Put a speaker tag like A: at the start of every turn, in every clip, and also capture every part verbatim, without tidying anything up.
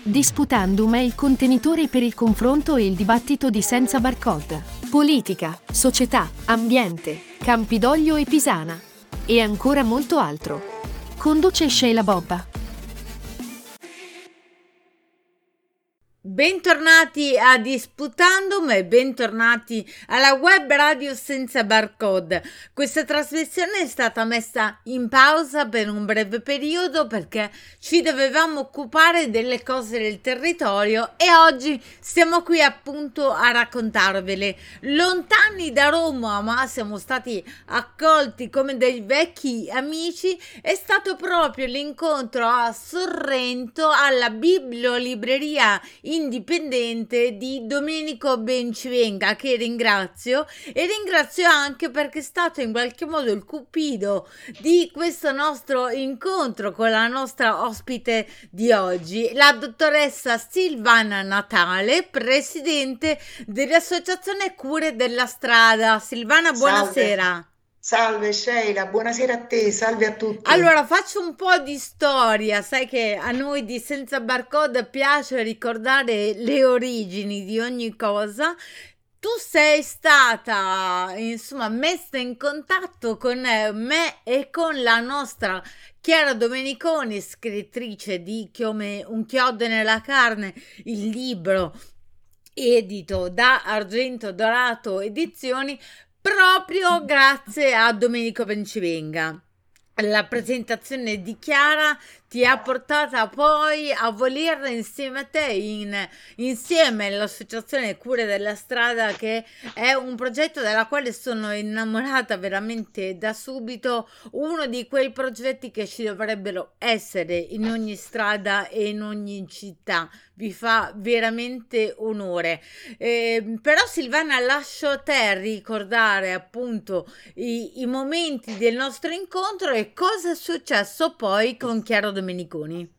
A: Disputandum è il contenitore per il confronto e il dibattito di Senza Barcode. Politica, società, ambiente, Campidoglio e Pisana. E ancora molto altro. Conduce Sheila Bobba.
B: Bentornati a Disputandum e bentornati alla web radio Senza Barcode. Questa trasmissione è stata messa in pausa per un breve periodo perché ci dovevamo occupare delle cose del territorio e oggi siamo qui appunto a raccontarvele. Lontani da Roma, ma siamo stati accolti come dei vecchi amici, è stato proprio l'incontro a Sorrento alla bibliolibreria indipendente di Domenico Bencivenga, che ringrazio e ringrazio anche perché è stato in qualche modo il cupido di questo nostro incontro con la nostra ospite di oggi, la dottoressa Silvana Natale, presidente dell'associazione Cure della Strada. Silvana, buonasera.
C: Salve. Salve Sheila, buonasera a te, salve a tutti.
B: Allora, faccio un po' di storia, sai che a noi di Senza Barcode piace ricordare le origini di ogni cosa. Tu sei stata, insomma, messa in contatto con me e con la nostra Chiara Domeniconi, scrittrice di Come un chiodo nella carne, il libro edito da Argento Dorato Edizioni, proprio grazie a Domenico Bencivenga. La presentazione di Chiara ti ha portata poi a voler insieme a te, in, insieme all'associazione Cure della Strada, che è un progetto della quale sono innamorata veramente da subito, uno di quei progetti che ci dovrebbero essere in ogni strada e in ogni città. Vi fa veramente onore. Eh, però Silvana, lascio a te ricordare appunto i, i momenti del nostro incontro e cosa è successo poi con Chiara Domeniconi.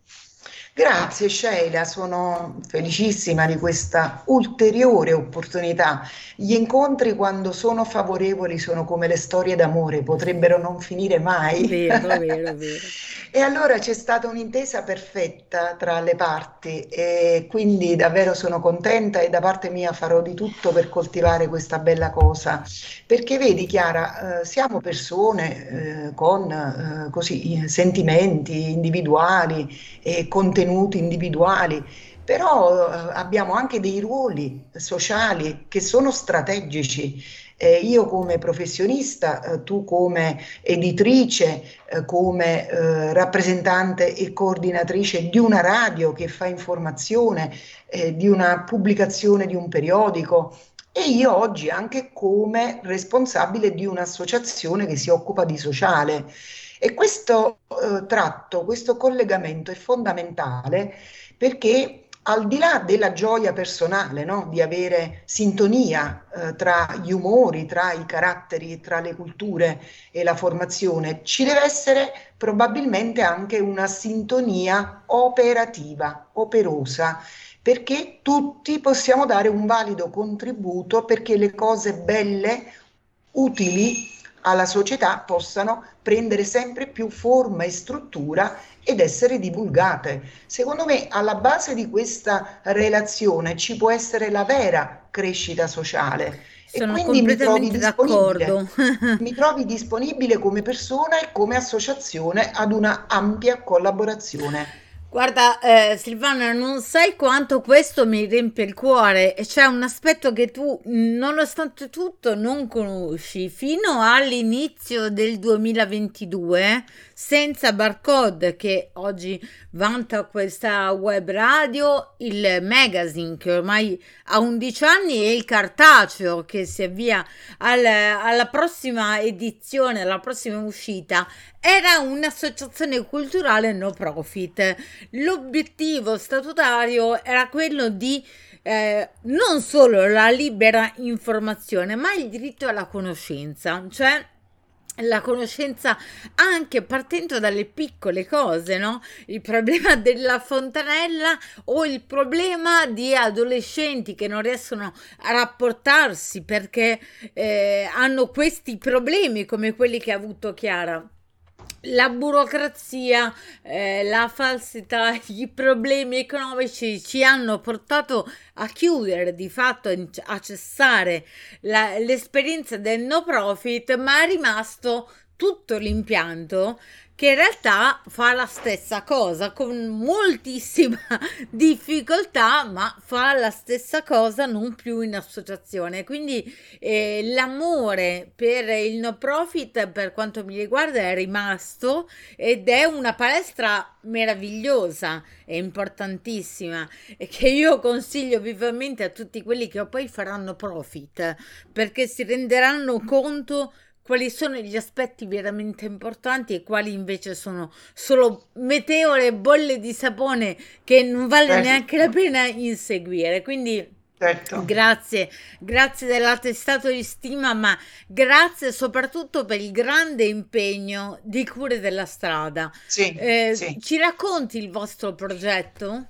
C: Grazie Sheila, sono felicissima di questa ulteriore opportunità. Gli incontri quando sono favorevoli sono come le storie d'amore, potrebbero non finire mai.
B: Vero, vero, vero.
C: E allora c'è stata un'intesa perfetta tra le parti e quindi davvero sono contenta e da parte mia farò di tutto per coltivare questa bella cosa. Perché vedi Chiara, eh, siamo persone eh, con eh, così, sentimenti individuali e contenuti individuali, però eh, abbiamo anche dei ruoli sociali che sono strategici. Eh, io come professionista, eh, tu come editrice, eh, come eh, rappresentante e coordinatrice di una radio che fa informazione, eh, di una pubblicazione di un periodico, e io oggi anche come responsabile di un'associazione che si occupa di sociale. E questo eh, tratto, questo collegamento è fondamentale perché al di là della gioia personale, no? Di avere sintonia eh, tra gli umori, tra i caratteri, tra le culture e la formazione, ci deve essere probabilmente anche una sintonia operativa, operosa, perché tutti possiamo dare un valido contributo perché le cose belle, utili alla società possano prendere sempre più forma e struttura ed essere divulgate. Secondo me alla base di questa relazione ci può essere la vera crescita sociale.
B: Sono
C: e quindi mi trovi
B: completamente
C: disponibile.
B: d'accordo.
C: Mi trovi disponibile come persona e come associazione ad una ampia collaborazione.
B: Guarda, eh, Silvana, non sai quanto questo mi riempie il cuore e c'è un aspetto che tu, nonostante tutto, non conosci. Fino all'inizio del duemilaventidue, Senza Barcode, che oggi vanta questa web radio, il magazine che ormai ha undici anni e il cartaceo che si avvia al, alla prossima edizione, alla prossima uscita, era un'associazione culturale no profit. L'obiettivo statutario era quello di eh, non solo la libera informazione, ma il diritto alla conoscenza, cioè la conoscenza anche partendo dalle piccole cose, no? Il problema della fontanella o il problema di adolescenti che non riescono a rapportarsi perché eh, hanno questi problemi come quelli che ha avuto Chiara. la burocrazia, eh, la falsità, i problemi economici ci hanno portato a chiudere di fatto, a cessare la- l'esperienza del no profit, ma è rimasto tutto l'impianto che in realtà fa la stessa cosa con moltissima difficoltà, ma fa la stessa cosa non più in associazione. Quindi eh, l'amore per il no profit, per quanto mi riguarda, è rimasto ed è una palestra meravigliosa e importantissima e che io consiglio vivamente a tutti quelli che poi faranno profit, perché si renderanno conto quali sono gli aspetti veramente importanti e quali invece sono solo meteore e bolle di sapone che non vale
C: Certo,
B: neanche la pena inseguire. Quindi
C: certo.
B: grazie, grazie dell'attestato di stima, ma grazie soprattutto per il grande impegno di Cure della Strada.
C: Sì,
B: Eh,
C: sì,
B: ci racconti il vostro progetto?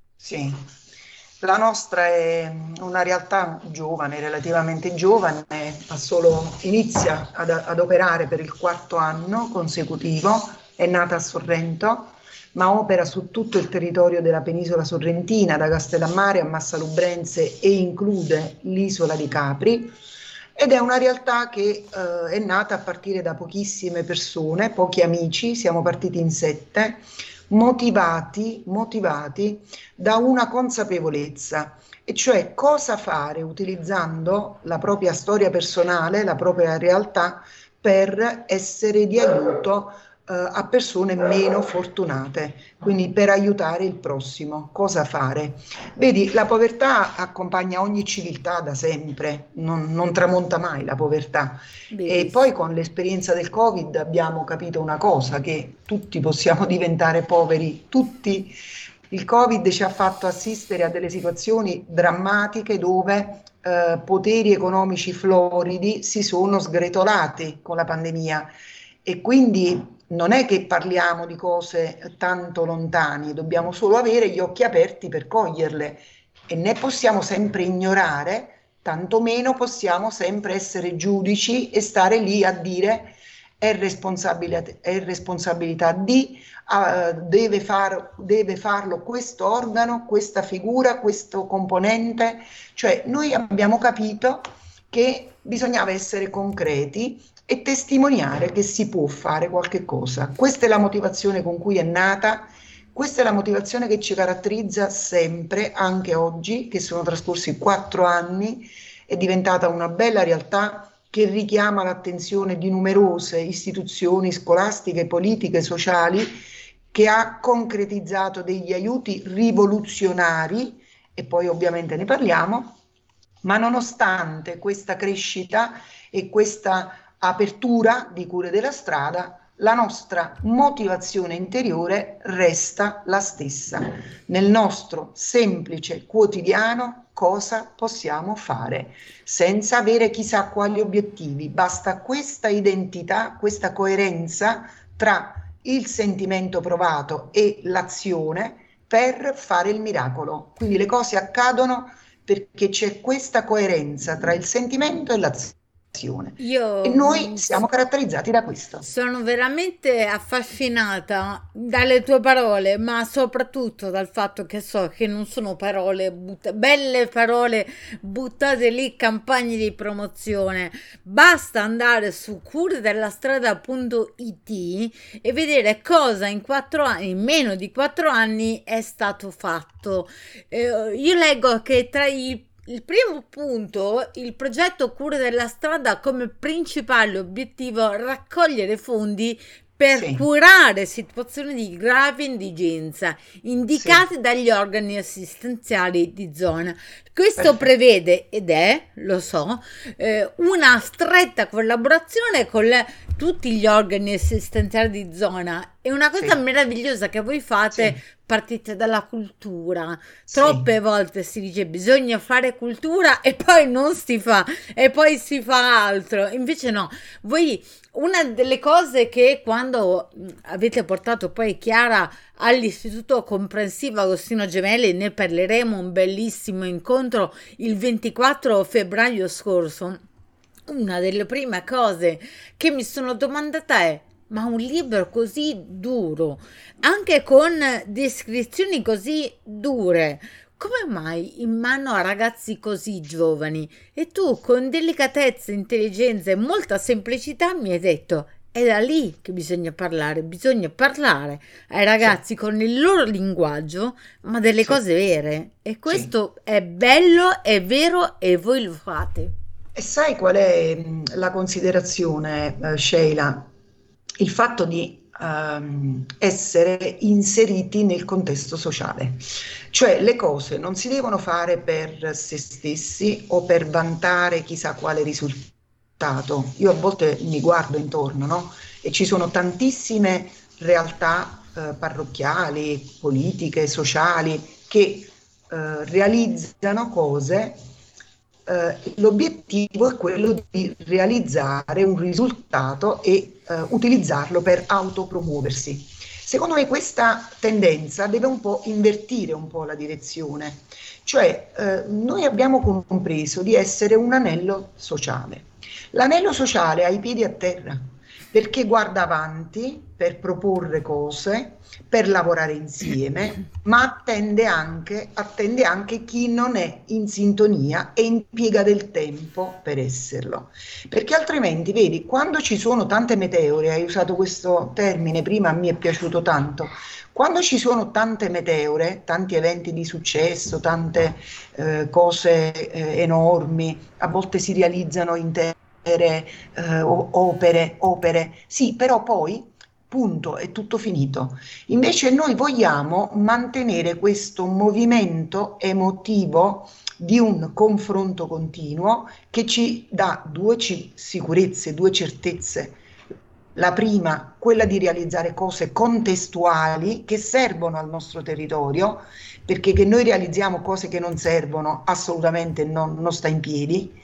C: sì. La nostra è una realtà giovane, relativamente giovane, ha solo, inizia ad, ad operare per il quarto anno consecutivo, è nata a Sorrento, ma opera su tutto il territorio della penisola sorrentina, da Castellammare a Massalubrense e include l'isola di Capri. Ed è una realtà che eh, è nata a partire da pochissime persone, pochi amici, siamo partiti in sette, motivati, motivati da una consapevolezza, e cioè cosa fare utilizzando la propria storia personale, la propria realtà, per essere di aiuto eh, a persone meno fortunate, quindi per aiutare il prossimo. Cosa fare? Vedi, la povertà accompagna ogni civiltà da sempre, non, non tramonta mai la povertà. E poi
B: Verissimo.
C: con l'esperienza del Covid abbiamo capito una cosa, che tutti possiamo diventare poveri, tutti. Il Covid ci ha fatto assistere a delle situazioni drammatiche dove eh, poteri economici floridi si sono sgretolati con la pandemia, e quindi non è che parliamo di cose tanto lontane, dobbiamo solo avere gli occhi aperti per coglierle, e né possiamo sempre ignorare, tantomeno possiamo sempre essere giudici e stare lì a dire è responsabilità, è responsabilità di, uh, deve, far, deve farlo questo organo, questa figura, questo componente. Cioè noi abbiamo capito che bisognava essere concreti e testimoniare che si può fare qualche cosa. Questa è la motivazione con cui è nata, questa è la motivazione che ci caratterizza sempre, anche oggi, che sono trascorsi quattro anni, è diventata una bella realtà che richiama l'attenzione di numerose istituzioni scolastiche, politiche, sociali, che ha concretizzato degli aiuti rivoluzionari, e poi ovviamente ne parliamo, ma nonostante questa crescita e questa apertura di Cure della Strada, la nostra motivazione interiore resta la stessa. Nel nostro semplice quotidiano cosa possiamo fare, senza avere chissà quali obiettivi. Basta questa identità, questa coerenza tra il sentimento provato e l'azione per fare il miracolo. Quindi le cose accadono perché c'è questa coerenza tra il sentimento e l'azione. E
B: Io
C: noi
B: mh,
C: siamo caratterizzati da questo.
B: sono veramente affascinata dalle tue parole, ma soprattutto dal fatto che so che non sono parole butta- belle parole buttate lì, campagne di promozione. Basta andare su curedelastrada punto it e vedere cosa in quattro anni, in meno di quattro anni è stato fatto. Eh, io leggo che tra i il primo punto, il progetto Cure della Strada ha come principale obiettivo raccogliere fondi per
C: Sì,
B: curare situazioni di grave indigenza
C: sì,
B: indicate dagli organi assistenziali di zona. Questo
C: perfetto.
B: prevede, ed è, lo so, eh, una stretta collaborazione con le- tutti gli organi assistenziali di zona. E una cosa
C: Sì,
B: meravigliosa che voi fate,
C: sì,
B: partite dalla cultura.
C: sì,
B: Troppe volte si dice bisogna fare cultura e poi non si fa, e poi si fa altro. Invece no, voi una delle cose che quando mh, avete portato poi Chiara all'Istituto Comprensivo Agostino Gemelli, ne parleremo, un bellissimo incontro il ventiquattro febbraio scorso. Una delle prime cose che mi sono domandata è: ma un libro così duro, anche con descrizioni così dure, come mai in mano a ragazzi così giovani? E tu con delicatezza, intelligenza e molta semplicità mi hai detto: è da lì che bisogna parlare, bisogna parlare ai ragazzi con il loro linguaggio, ma delle
C: Sì,
B: cose vere. E
C: sì.
B: questo è bello, è vero e voi lo fate.
C: E sai qual è mh, la considerazione, eh, Sheila? Il fatto di ehm, essere inseriti nel contesto sociale. Cioè le cose non si devono fare per se stessi o per vantare chissà quale risultato. Io a volte mi guardo intorno, no? E ci sono tantissime realtà eh, parrocchiali, politiche, sociali che eh, realizzano cose. Eh, l'obiettivo è quello di realizzare un risultato e eh, utilizzarlo per autopromuoversi. Secondo me questa tendenza deve un po' invertire un po' la direzione, cioè eh, noi abbiamo compreso di essere un anello sociale. L'anello sociale ha i piedi a terra perché guarda avanti per proporre cose, per lavorare insieme, ma attende anche, attende anche chi non è in sintonia e impiega del tempo per esserlo. Perché altrimenti, vedi, quando ci sono tante meteore, hai usato questo termine prima, mi è piaciuto tanto, quando ci sono tante meteore, tanti eventi di successo, tante eh, cose eh, enormi, a volte si realizzano intere eh, opere, opere, sì, però poi punto, è tutto finito. Invece noi vogliamo mantenere questo movimento emotivo di un confronto continuo che ci dà due ci- sicurezze, due certezze. La prima, quella di realizzare cose contestuali che servono al nostro territorio, perché che noi realizziamo cose che non servono assolutamente non, non sta in piedi.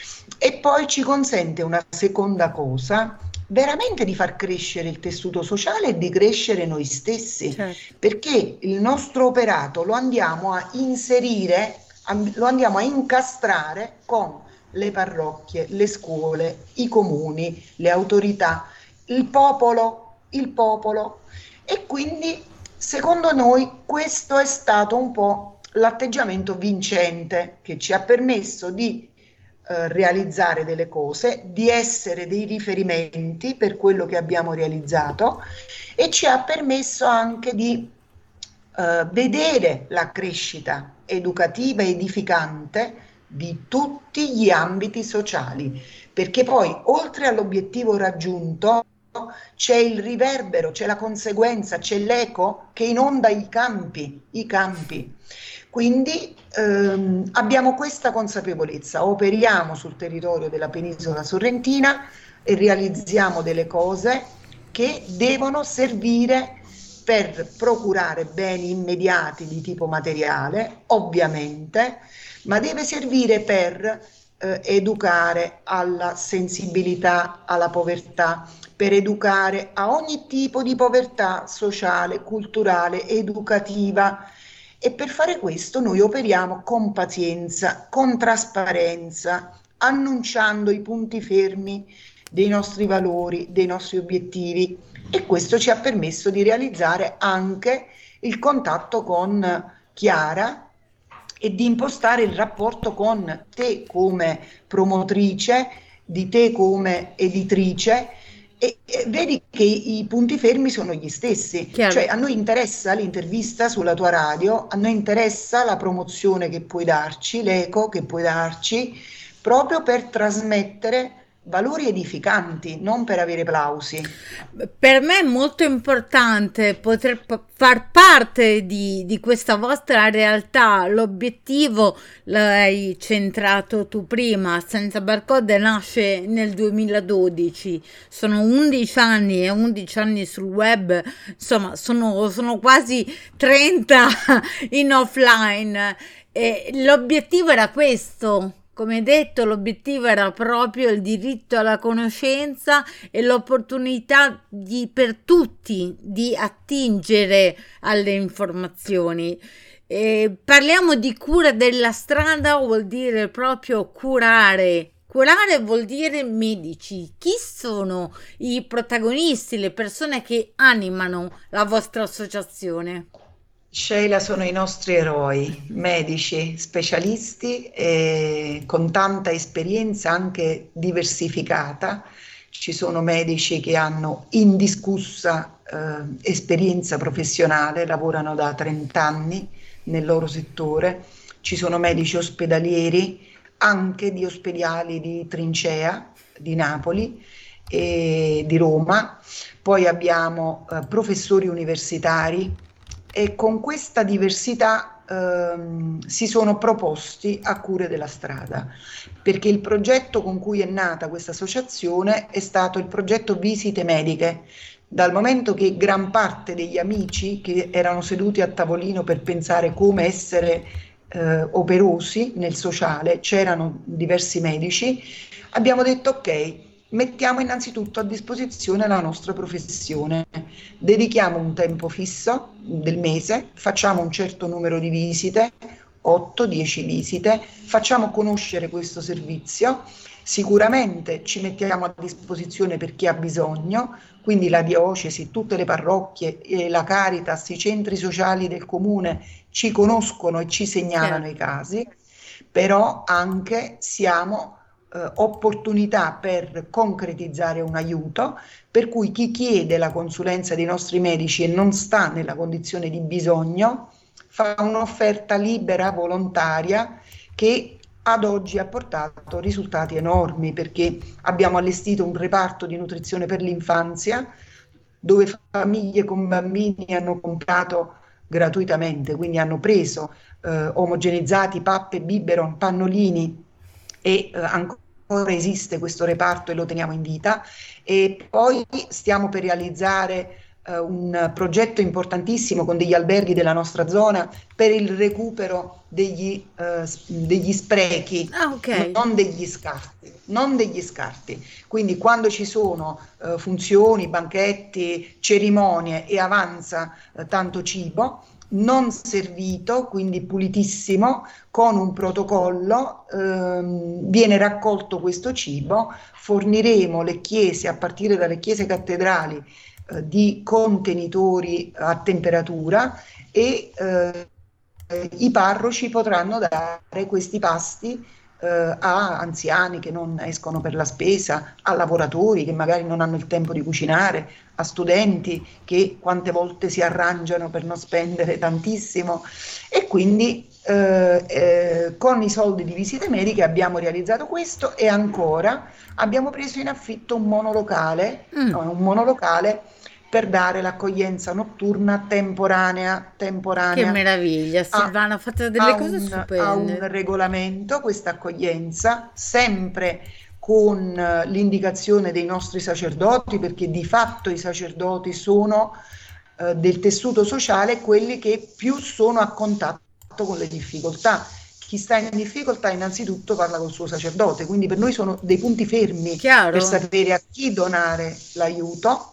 C: E poi ci consente una seconda cosa, veramente di far crescere il tessuto sociale e di crescere noi stessi,
B: Certo.
C: perché il nostro operato lo andiamo a inserire, am- lo andiamo a incastrare con le parrocchie, le scuole, i comuni, le autorità, il popolo, il popolo. E quindi, secondo noi, questo è stato un po' l'atteggiamento vincente che ci ha permesso di eh, realizzare delle cose, di essere dei riferimenti per quello che abbiamo realizzato e ci ha permesso anche di eh, vedere la crescita educativa e edificante di tutti gli ambiti sociali, perché poi oltre all'obiettivo raggiunto c'è il riverbero, c'è la conseguenza, c'è l'eco che inonda i campi, i campi. Quindi ehm, abbiamo questa consapevolezza, operiamo sul territorio della penisola sorrentina e realizziamo delle cose che devono servire per procurare beni immediati di tipo materiale, ovviamente, ma deve servire per eh, educare alla sensibilità, alla povertà, per educare a ogni tipo di povertà sociale, culturale, educativa. E per fare questo noi operiamo con pazienza, con trasparenza, annunciando i punti fermi dei nostri valori, dei nostri obiettivi, e questo ci ha permesso di realizzare anche il contatto con Chiara e di impostare il rapporto con te come promotrice, di te come editrice. E, e vedi che i punti fermi sono gli stessi,
B: Chiaro.
C: cioè a noi interessa l'intervista sulla tua radio, a noi interessa la promozione che puoi darci, l'eco che puoi darci, proprio per trasmettere valori edificanti, non per avere plausi.
B: Per me è molto importante poter p- far parte di, di questa vostra realtà. L'obiettivo l'hai centrato tu prima. Senza Barcode nasce nel duemiladodici, sono undici anni e undici anni sul web, insomma sono, sono quasi trenta in offline. E l'obiettivo era questo. Come detto, l'obiettivo era proprio il diritto alla conoscenza e l'opportunità di, per tutti di attingere alle informazioni. E parliamo di cura della strada, vuol dire proprio curare Curare vuol dire medici. Chi sono i protagonisti, le persone che animano la vostra associazione?
C: Sheila, sono i nostri eroi, medici, specialisti e con tanta esperienza anche diversificata. Ci sono medici che hanno indiscussa eh, esperienza professionale, lavorano da trenta anni nel loro settore. Ci sono medici ospedalieri, anche di ospedali di Trincea, di Napoli e di Roma. Poi abbiamo eh, professori universitari e con questa diversità ehm, si sono proposti a cure della strada, perché il progetto con cui è nata questa associazione è stato il progetto Visite Mediche. Dal momento che gran parte degli amici che erano seduti a tavolino per pensare come essere eh, operosi nel sociale, c'erano diversi medici, abbiamo detto ok, mettiamo innanzitutto a disposizione la nostra professione, dedichiamo un tempo fisso del mese, facciamo un certo numero di visite, otto dieci visite, facciamo conoscere questo servizio, sicuramente ci mettiamo a disposizione per chi ha bisogno, quindi la diocesi, tutte le parrocchie, e la Caritas, i centri sociali del comune ci conoscono e ci segnalano
B: Certo.
C: i casi, però anche siamo eh, opportunità per concretizzare un aiuto, per cui chi chiede la consulenza dei nostri medici e non sta nella condizione di bisogno fa un'offerta libera, volontaria, che ad oggi ha portato risultati enormi, perché abbiamo allestito un reparto di nutrizione per l'infanzia dove famiglie con bambini hanno comprato gratuitamente, quindi hanno preso eh, omogenizzati, pappe, biberon, pannolini e eh, ancora esiste questo reparto e lo teniamo in vita. E poi stiamo per realizzare eh, un progetto importantissimo con degli alberghi della nostra zona per il recupero degli, eh, degli sprechi,
B: Ah, ok.
C: non degli scarti, non degli scarti. Quindi quando ci sono eh, funzioni, banchetti, cerimonie e avanza eh, tanto cibo non servito, quindi pulitissimo, con un protocollo, ehm, viene raccolto questo cibo, forniremo le chiese, a partire dalle chiese cattedrali, eh, di contenitori a temperatura e eh, i parroci potranno dare questi pasti eh, a anziani che non escono per la spesa, a lavoratori che magari non hanno il tempo di cucinare, a studenti che quante volte si arrangiano per non spendere tantissimo. E quindi eh, eh, con i soldi di Visite Mediche abbiamo realizzato questo e ancora abbiamo preso in affitto un monolocale,
B: Mm.
C: no, un monolocale per dare l'accoglienza notturna temporanea,
B: Che
C: temporanea.
B: meraviglia,
C: Ha,
B: Silvana, fate delle
C: ha
B: cose
C: un, ha un
B: stupende.
C: regolamento questa accoglienza, sempre con eh, l'indicazione dei nostri sacerdoti, perché di fatto i sacerdoti sono eh, del tessuto sociale quelli che più sono a contatto con le difficoltà. Chi sta in difficoltà innanzitutto parla col suo sacerdote, quindi per noi sono dei punti fermi per
B: Chiaro?
C: sapere a chi donare l'aiuto.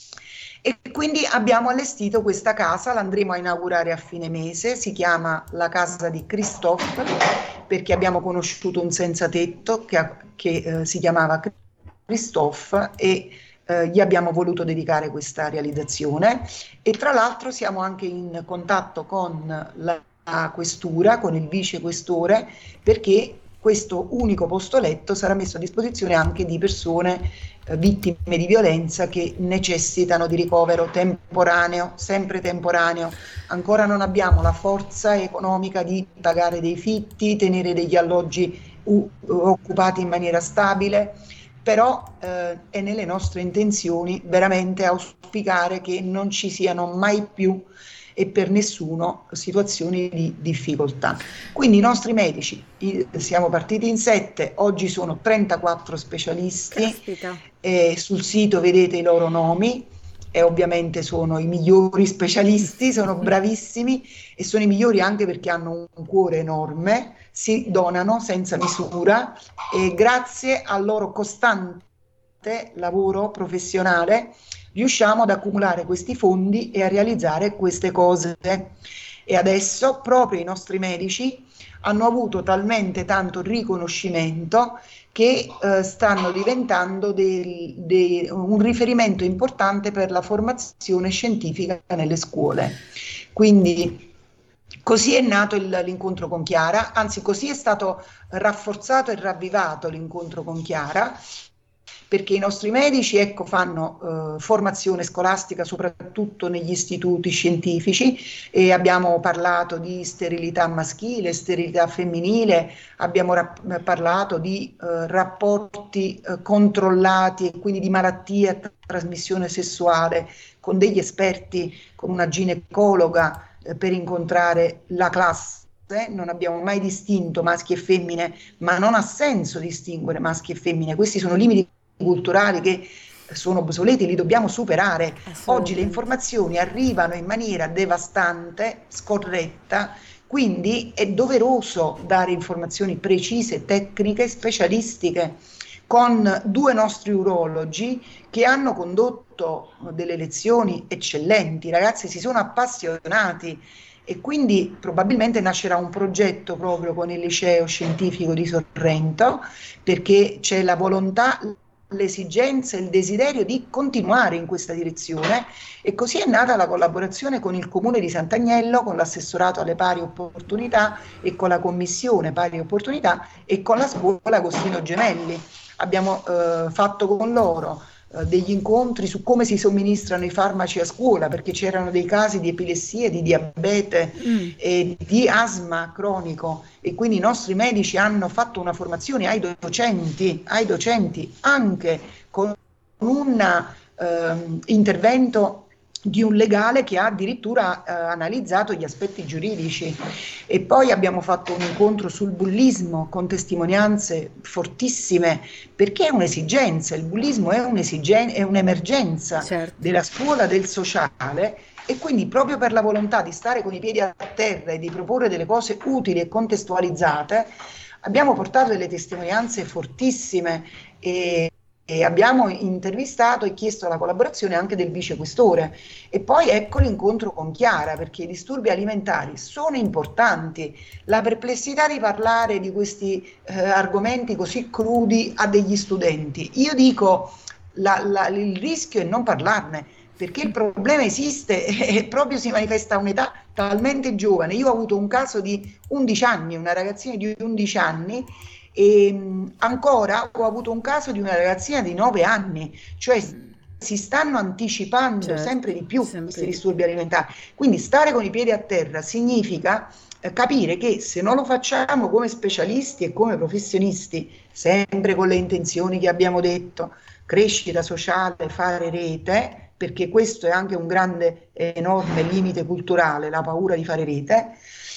C: E quindi abbiamo allestito questa casa, l'andremo a inaugurare a fine mese, si chiama la casa di Christophe, perché abbiamo conosciuto un senza tetto che, ha- che, eh, si chiamava Christophe e eh, gli abbiamo voluto dedicare questa realizzazione. E tra l'altro siamo anche in contatto con la, la questura, con il vice questore, perché questo unico posto letto sarà messo a disposizione anche di persone eh, vittime di violenza che necessitano di ricovero temporaneo, sempre temporaneo. Ancora non abbiamo la forza economica di pagare dei fitti, tenere degli alloggi u- occupati in maniera stabile, però eh, è nelle nostre intenzioni veramente auspicare che non ci siano mai più e per nessuno situazioni di difficoltà. Quindi i nostri medici, i- siamo partiti in sette, oggi sono trentaquattro specialisti,
B: Caspita.
C: e sul sito vedete i loro nomi e ovviamente sono i migliori specialisti, sono bravissimi e sono i migliori anche perché hanno un cuore enorme, si donano senza misura e grazie al loro costante lavoro professionale riusciamo ad accumulare questi fondi e a realizzare queste cose. e adesso proprio i nostri medici hanno avuto talmente tanto riconoscimento che eh, stanno diventando del, de, un riferimento importante per la formazione scientifica nelle scuole. Quindi così è nato il, l'incontro con Chiara, anzi così è stato rafforzato e ravvivato l'incontro con Chiara, perché i nostri medici, ecco, fanno eh, formazione scolastica soprattutto negli istituti scientifici, e abbiamo parlato di sterilità maschile, sterilità femminile, abbiamo rap- parlato di eh, rapporti eh, controllati e quindi di malattie a trasmissione sessuale con degli esperti, con una ginecologa eh, per incontrare la classe. Non abbiamo mai distinto maschi e femmine, ma non ha senso distinguere maschi e femmine, questi sono limiti culturali che sono obsoleti, li dobbiamo superare. Oggi le informazioni arrivano in maniera devastante, scorretta, quindi è doveroso dare informazioni precise, tecniche, specialistiche, con due nostri urologi che hanno condotto delle lezioni eccellenti. I ragazzi si sono appassionati e quindi probabilmente nascerà un progetto proprio con il liceo scientifico di Sorrento, perché c'è la volontà, l'esigenza e il desiderio di continuare in questa direzione, e così è nata la collaborazione con il Comune di Sant'Agnello, con l'assessorato alle pari opportunità e con la commissione pari opportunità e con la scuola Agostino Gemelli. Abbiamo eh, fatto con loro eh, degli incontri su come si somministrano i farmaci a scuola, perché c'erano dei casi di epilessia, di diabete mm. e di asma cronico, e quindi i nostri medici hanno fatto una formazione ai docenti, ai docenti anche con un eh, intervento di un legale che ha addirittura eh, analizzato gli aspetti giuridici. E poi abbiamo fatto un incontro sul bullismo con testimonianze fortissime, perché è un'esigenza, il bullismo è, un'esigen- è un'emergenza certo. della scuola, del sociale, e quindi proprio per la volontà di stare con i piedi a terra e di proporre delle cose utili e contestualizzate abbiamo portato delle testimonianze fortissime e E abbiamo intervistato e chiesto la collaborazione anche del vicequestore. E poi ecco l'incontro con Chiara, perché i disturbi alimentari sono importanti. La perplessità di parlare di questi eh, argomenti così crudi a degli studenti. Io dico, la, la, il rischio è non parlarne, perché il problema esiste e proprio si manifesta a un'età talmente giovane. Io ho avuto un caso di undici anni, una ragazzina di undici anni, e ancora ho avuto un caso di una ragazzina di nove anni, cioè si stanno anticipando certo, sempre di più sempre questi disturbi alimentari. Quindi stare con i piedi a terra significa eh, capire che se non lo facciamo come specialisti e come professionisti, sempre con le intenzioni che abbiamo detto, crescita sociale, fare rete, perché questo è anche un grande, enorme limite culturale, la paura di fare rete.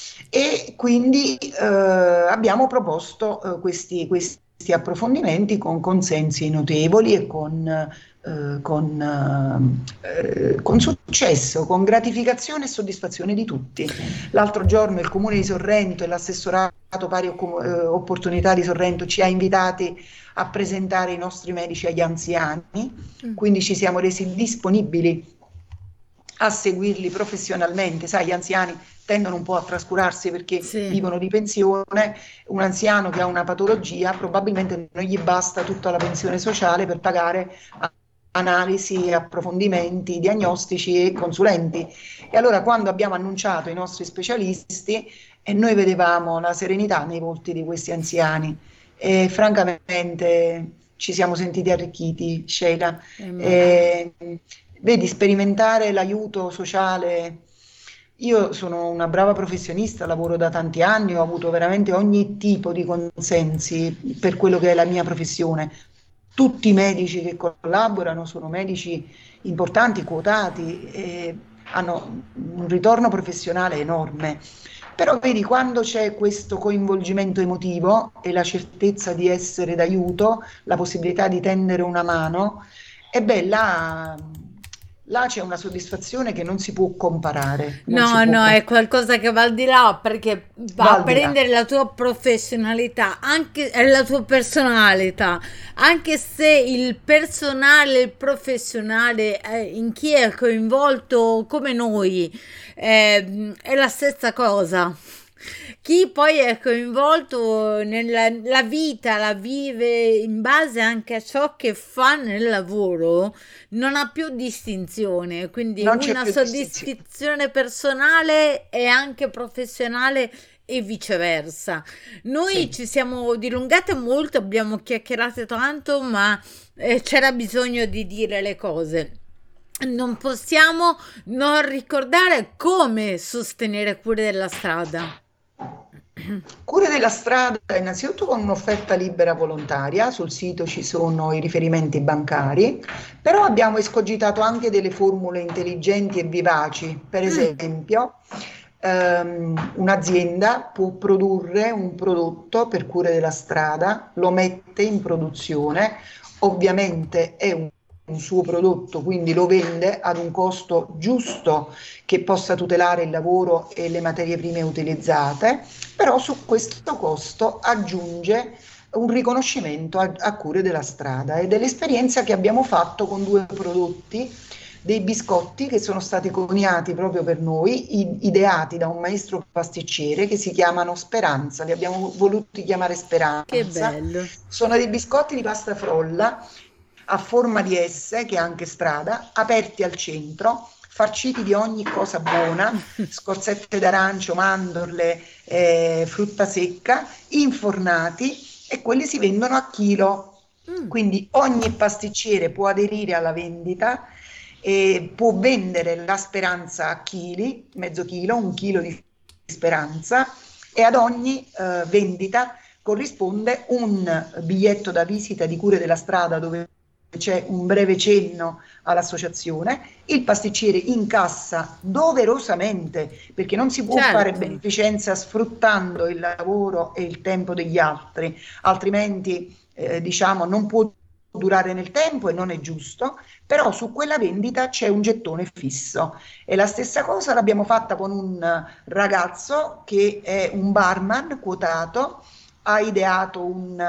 C: E quindi eh, abbiamo proposto eh, questi, questi approfondimenti con consensi notevoli e con, eh, con, eh, con successo, con gratificazione e soddisfazione di tutti. L'altro giorno il Comune di Sorrento e l'assessorato pari opportunità di Sorrento ci ha invitati a presentare i nostri medici agli anziani, quindi ci siamo resi disponibili a seguirli professionalmente. Sai, gli anziani tendono un po' a trascurarsi perché sì. vivono di pensione. Un anziano che ha una patologia probabilmente non gli basta tutta la pensione sociale per pagare analisi, approfondimenti, diagnostici e consulenti. E allora quando abbiamo annunciato i nostri specialisti, e noi vedevamo la serenità nei volti di questi anziani e francamente ci siamo sentiti arricchiti, Sheila. Eh, vedi, sperimentare l'aiuto sociale. Io sono una brava professionista, lavoro da tanti anni, ho avuto veramente ogni tipo di consensi per quello che è la mia professione. Tutti i medici che collaborano sono medici importanti, quotati, e hanno un ritorno professionale enorme. Però vedi, quando c'è questo coinvolgimento emotivo e la certezza di essere d'aiuto, la possibilità di tendere una mano, e beh, là là c'è una soddisfazione che non si può comparare, non si
B: No,
C: può
B: no,
C: comparare,
B: è qualcosa che va al di là perché va
C: va
B: a
C: al di là.
B: prendere la tua professionalità, anche e la tua personalità, anche se il personale, il professionale eh, in chi è coinvolto come noi eh, è la stessa cosa. Chi poi è coinvolto nella la vita, la vive in base anche a ciò che fa nel lavoro, non ha più distinzione, quindi
C: Non c'è
B: una
C: più distinzione.
B: soddisfazione personale e anche professionale e viceversa. Noi
C: Sì.
B: ci siamo dilungate molto, abbiamo chiacchierato tanto, ma eh, c'era bisogno di dire le cose. Non possiamo non ricordare come sostenere Cure della Strada.
C: Cure della strada, innanzitutto con un'offerta libera volontaria, sul sito ci sono i riferimenti bancari, però abbiamo escogitato anche delle formule intelligenti e vivaci. Per
B: Mm,
C: esempio, ehm, un'azienda può produrre un prodotto per Cure della strada, lo mette in produzione, ovviamente è un un suo prodotto, quindi lo vende ad un costo giusto che possa tutelare il lavoro e le materie prime utilizzate, però su questo costo aggiunge un riconoscimento a, a cure della strada ed è l'esperienza che abbiamo fatto con due prodotti, dei biscotti che sono stati coniati proprio per noi, i- ideati da un maestro pasticcere che si chiamano Speranza, li abbiamo voluti chiamare
B: che
C: Speranza.
B: bello.
C: Sono dei biscotti di pasta frolla a forma di S, che è anche strada, aperti al centro, farciti di ogni cosa buona, scorzette d'arancio, mandorle, eh, frutta secca, infornati e quelli si vendono a chilo.
B: Mm,
C: Quindi ogni pasticcere può aderire alla vendita e può vendere la speranza a chili, mezzo chilo, un chilo di speranza e ad ogni eh, vendita corrisponde un biglietto da visita di Cure della Strada dove c'è un breve cenno all'associazione, il pasticcere incassa doverosamente perché non si può fare
B: certo.
C: beneficenza sfruttando il lavoro e il tempo degli altri, altrimenti eh, diciamo non può durare nel tempo e non è giusto, però su quella vendita c'è un gettone fisso e la stessa cosa l'abbiamo fatta con un ragazzo che è un barman quotato, ha ideato un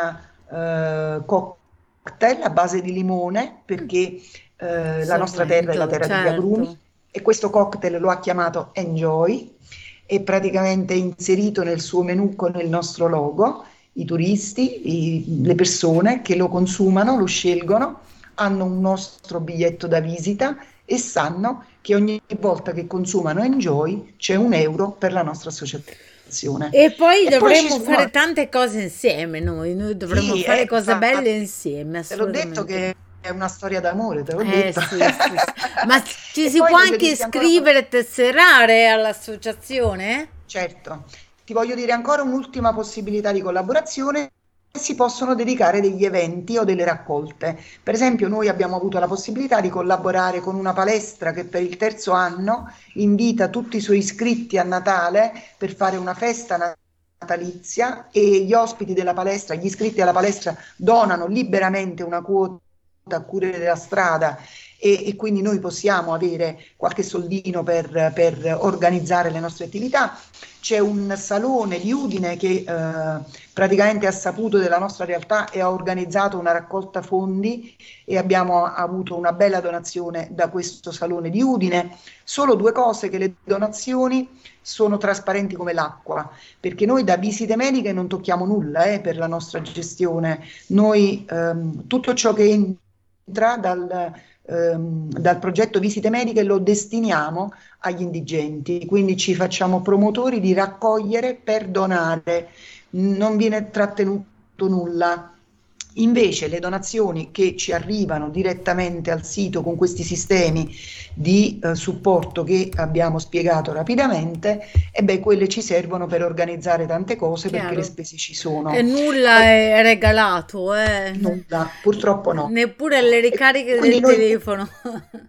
C: eh, cocktail a base di limone
B: Mm,
C: perché eh, la nostra terra è la
B: sorrento,
C: terra degli agrumi
B: certo.
C: e questo cocktail lo ha chiamato Enjoy e praticamente inserito nel suo menù con il nostro logo. I turisti, i- le persone che lo consumano, lo scelgono, hanno un nostro biglietto da visita e sanno che ogni volta che consumano Enjoy c'è un euro per la nostra associazione.
B: E poi
C: E poi ci
B: dovremmo
C: sono...
B: fare tante cose insieme noi, noi dovremmo
C: Sì,
B: fare
C: eh,
B: cose belle
C: infatti,
B: insieme,
C: te l'ho detto
B: assolutamente.
C: che è una storia d'amore, te l'ho
B: Eh
C: detto.
B: sì, sì, sì. Ma ci
C: E
B: si
C: poi
B: può
C: voglio
B: anche
C: dirti ancora,
B: iscrivere e tesserare all'associazione?
C: certo, ti voglio dire ancora un'ultima possibilità di collaborazione. Si possono dedicare degli eventi o delle raccolte. Per esempio, noi abbiamo avuto la possibilità di collaborare con una palestra che per il terzo anno invita tutti i suoi iscritti a Natale per fare una festa natalizia e gli ospiti della palestra, gli iscritti alla palestra donano liberamente una quota a Cure della Strada e, e quindi noi possiamo avere qualche soldino per, per organizzare le nostre attività. C'è un salone di Udine che eh, praticamente ha saputo della nostra realtà e ha organizzato una raccolta fondi e abbiamo avuto una bella donazione da questo salone di Udine. Solo due cose: che le donazioni sono trasparenti come l'acqua, perché noi da visite mediche non tocchiamo nulla eh, per la nostra gestione. Noi ehm, tutto ciò che entra dal, ehm, dal progetto Visite Mediche lo destiniamo agli indigenti, quindi ci facciamo promotori di raccogliere per donare, non viene trattenuto nulla. Invece le donazioni che ci arrivano direttamente al sito con questi sistemi di eh, supporto che abbiamo spiegato rapidamente, e beh, quelle ci servono per organizzare tante cose perché le
B: Chiaro.
C: spese ci
B: E
C: sono.
B: nulla
C: Poi
B: è regalato, eh.
C: nulla, purtroppo no.
B: Neppure le
C: E
B: ricariche
C: quindi
B: del
C: noi
B: telefono.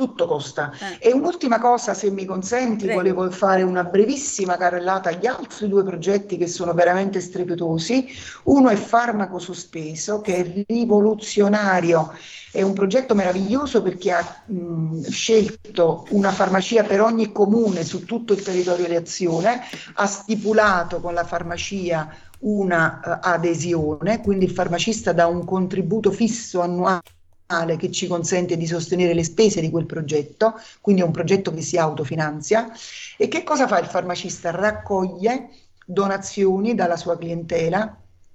C: tutto costa.
B: Eh,
C: E un'ultima cosa, se mi consenti,
B: prego.
C: volevo fare una brevissima carrellata agli altri due progetti che sono veramente strepitosi. Uno è Farmaco Sospeso, che è rivoluzionario, è un progetto meraviglioso perché ha mh, scelto una farmacia per ogni comune su tutto il territorio di azione, ha stipulato con la farmacia una uh, adesione, quindi il farmacista dà un contributo fisso annuale che ci consente di sostenere le spese di quel progetto, quindi è un progetto che si autofinanzia. E che cosa fa il farmacista? Raccoglie donazioni dalla sua clientela,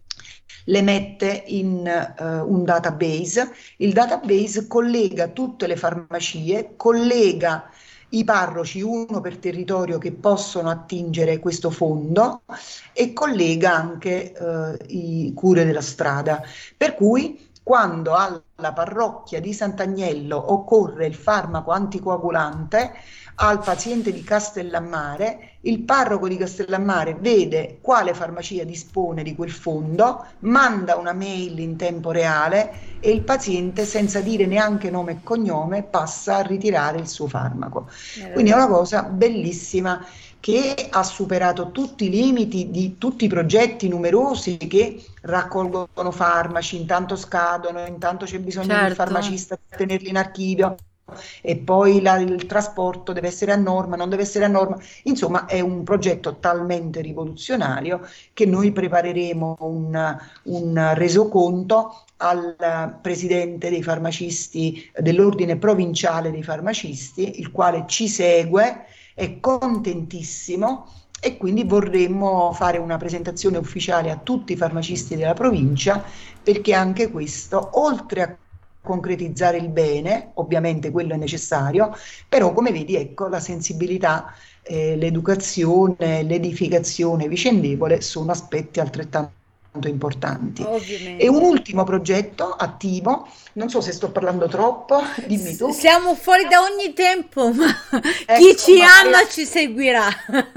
C: le mette in uh, un database, il database collega tutte le farmacie, collega i parroci, uno per territorio, che possono attingere questo fondo e collega anche uh, i cure della strada, per cui quando alla parrocchia di Sant'Agnello occorre il farmaco anticoagulante al paziente di Castellammare, il parroco di Castellammare vede quale farmacia dispone di quel fondo, manda una mail in tempo reale e il paziente, senza dire neanche nome e cognome, passa a ritirare il suo farmaco. Quindi è una cosa bellissima che ha superato tutti i limiti di tutti i progetti numerosi che raccolgono farmaci, intanto scadono, intanto c'è bisogno del
B: Certo.
C: farmacista per tenerli in archivio e poi la- il trasporto deve essere a norma, non deve essere a norma. Insomma, è un progetto talmente rivoluzionario che noi prepareremo un, un resoconto al presidente dei farmacisti dell'ordine provinciale dei farmacisti, il quale ci segue, è contentissimo e quindi vorremmo fare una presentazione ufficiale a tutti i farmacisti della provincia, perché anche questo, oltre a concretizzare il bene, ovviamente quello è necessario, però come vedi, ecco, la sensibilità, eh, l'educazione, l'edificazione vicendevole sono aspetti altrettanto importanti. E
B: Ovviamente.
C: un ultimo progetto attivo, non so se sto parlando troppo, dimmi
B: S-
C: tu.
B: Siamo fuori da ogni tempo, ma
C: Ecco,
B: chi ci
C: magari
B: ama
C: la-
B: ci seguirà.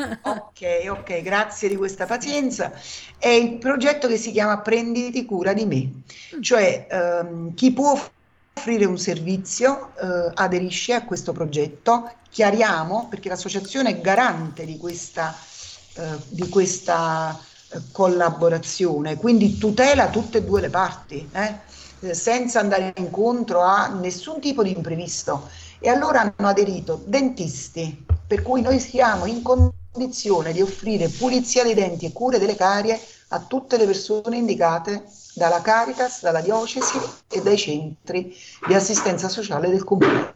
C: Ok, ok, grazie di questa pazienza. È il progetto che si chiama Prenditi cura di me, cioè ehm, chi può offrire un servizio eh, aderisce a questo progetto. Chiariamo, perché l'associazione è garante di questa, eh, di questa eh, collaborazione, quindi tutela tutte e due le parti, eh, eh, senza andare incontro a nessun tipo di imprevisto. E allora hanno aderito dentisti, per cui noi siamo in condizione di offrire pulizia dei denti e cure delle carie a tutte le persone indicate dalla Caritas, dalla diocesi e dai centri di assistenza sociale del comune.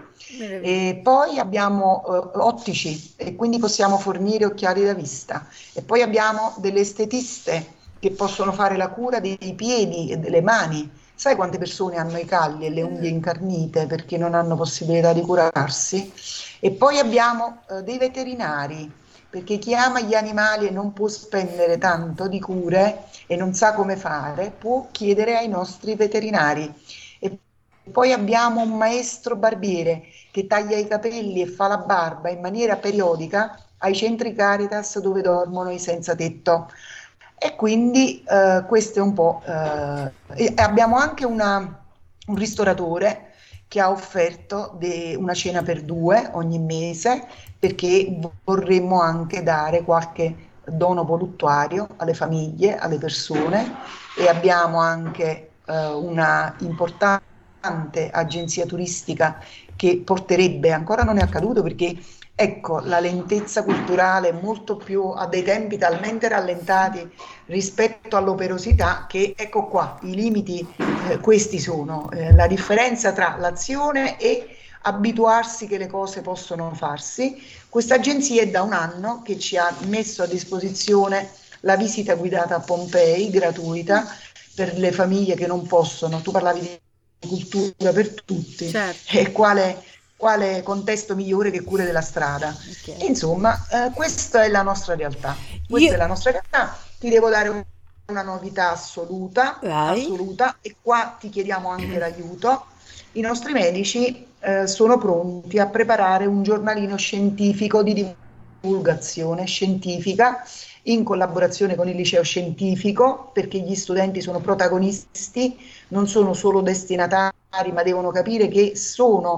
C: E poi abbiamo eh, ottici e quindi possiamo fornire occhiali da vista, e poi abbiamo delle estetiste che possono fare la cura dei piedi e delle mani. Sai quante persone hanno i calli e le unghie incarnite perché non hanno possibilità di curarsi? E poi abbiamo eh, dei veterinari, perché chi ama gli animali e non può spendere tanto di cure e non sa come fare, può chiedere ai nostri veterinari. E poi abbiamo un maestro barbiere che taglia i capelli e fa la barba in maniera periodica ai centri Caritas dove dormono i senza tetto. E quindi eh, questo è un po'. Eh, e abbiamo anche una, un ristoratore che ha offerto de- una cena per due ogni mese, perché vorremmo anche dare qualche dono voluttuario alle famiglie, alle persone, e abbiamo anche eh, una importante agenzia turistica che porterebbe, ancora non è accaduto perché ecco, la lentezza culturale è molto più, a dei tempi talmente rallentati rispetto all'operosità che, ecco qua, i limiti eh, questi sono, eh, la differenza tra l'azione e abituarsi che le cose possono farsi. Questa agenzia è da un anno che ci ha messo a disposizione la visita guidata a Pompei, gratuita, per le famiglie che non possono. Tu parlavi di cultura per tutti,
B: Certo.
C: e quale quale contesto migliore che cure della strada.
B: Ok.
C: E insomma, eh, questa è la nostra realtà. Questa
B: Io...
C: è la nostra realtà. Ti devo dare un- una novità assoluta,
B: Vai.
C: assoluta, e qua ti chiediamo anche l'aiuto. I nostri medici eh, sono pronti a preparare un giornalino scientifico di divulgazione scientifica in collaborazione con il liceo scientifico, perché gli studenti sono protagonisti, non sono solo destinatari, ma devono capire che sono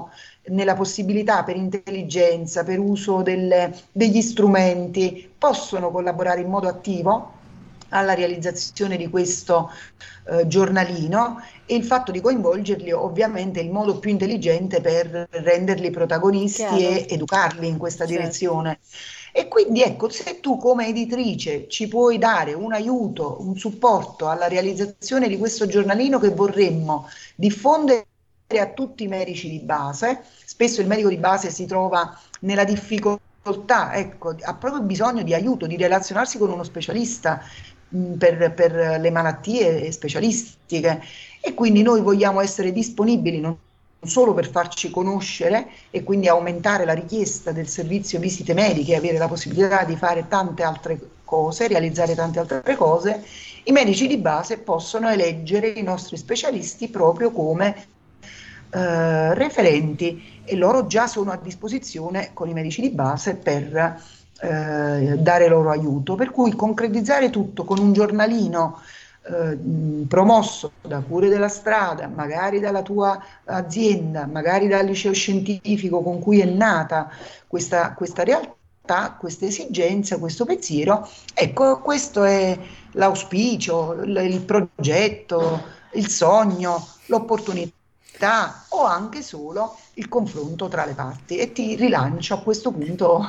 C: nella possibilità per intelligenza, per uso delle- degli strumenti, possono collaborare in modo attivo alla realizzazione di questo eh, giornalino, e il fatto di coinvolgerli ovviamente è il modo più intelligente per renderli protagonisti
B: Chiaro,
C: e educarli in questa
B: certo.
C: direzione. E quindi ecco, se tu come editrice ci puoi dare un aiuto, un supporto alla realizzazione di questo giornalino che vorremmo diffondere a tutti i medici di base, spesso il medico di base si trova nella difficoltà, ecco, ha proprio bisogno di aiuto, di relazionarsi con uno specialista mh, per, per le malattie specialistiche, e quindi noi vogliamo essere disponibili non solo per farci conoscere e quindi aumentare la richiesta del servizio visite mediche e avere la possibilità di fare tante altre cose, realizzare tante altre cose. I medici di base possono eleggere i nostri specialisti proprio come eh, referenti, e loro già sono a disposizione con i medici di base per eh, dare loro aiuto. Per cui concretizzare tutto con un giornalino eh, mh, promosso da Cure della Strada, magari dalla tua azienda, magari dal liceo scientifico con cui è nata questa, questa realtà, questa esigenza, questo pensiero, ecco, questo è l'auspicio, il, il progetto, il sogno, l'opportunità o anche solo il confronto tra le parti, e ti rilancio a questo punto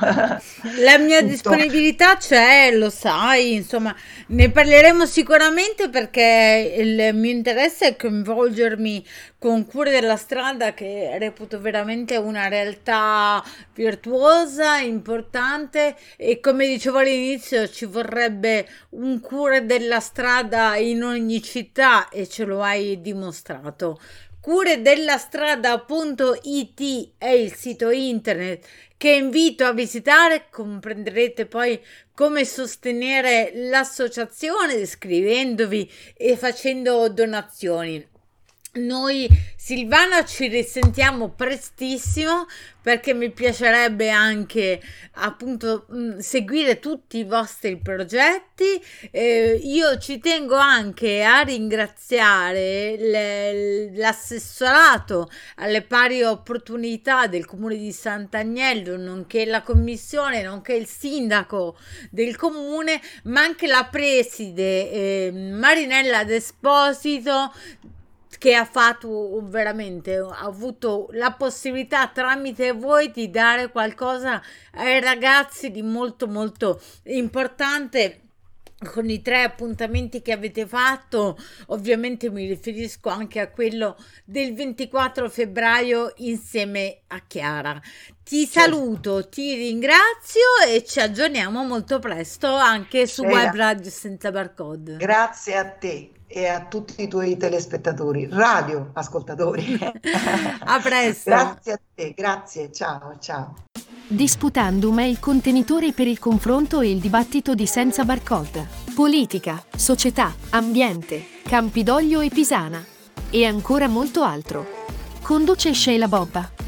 B: La mia
C: tutto.
B: disponibilità c'è, lo sai, insomma, ne parleremo sicuramente perché il mio interesse è coinvolgermi con Cure della Strada, che reputo veramente una realtà virtuosa, importante, e come dicevo all'inizio ci vorrebbe un Cure della Strada in ogni città e ce lo hai dimostrato. Curedelastrada punto it è il sito internet che invito a visitare. Comprenderete poi come sostenere l'associazione iscrivendovi e facendo donazioni. Noi, Silvana, ci risentiamo prestissimo, perché mi piacerebbe anche appunto mh, seguire tutti i vostri progetti. Eh, io ci tengo anche a ringraziare le- l'assessorato alle pari opportunità del comune di Sant'Agnello, nonché la commissione, nonché il sindaco del comune, ma anche la preside eh, Marinella D'Esposito, che ha fatto veramente, ha avuto la possibilità tramite voi di dare qualcosa ai ragazzi di molto molto importante con i tre appuntamenti che avete fatto. Ovviamente mi riferisco anche a quello del ventiquattro febbraio insieme a Chiara. Ti
C: Certo.
B: saluto, ti ringrazio e ci aggiorniamo molto presto anche su
C: Bella.
B: Web Radio Senza Barcode.
C: Grazie a te e a tutti i tuoi telespettatori, radio ascoltatori.
B: A presto.
C: Grazie a te, grazie, ciao, ciao.
A: Disputandum è il contenitore per il confronto e il dibattito di Senza Barcode. Politica, società, ambiente, Campidoglio e Pisana. E ancora molto altro. Conduce Sheila Bobba.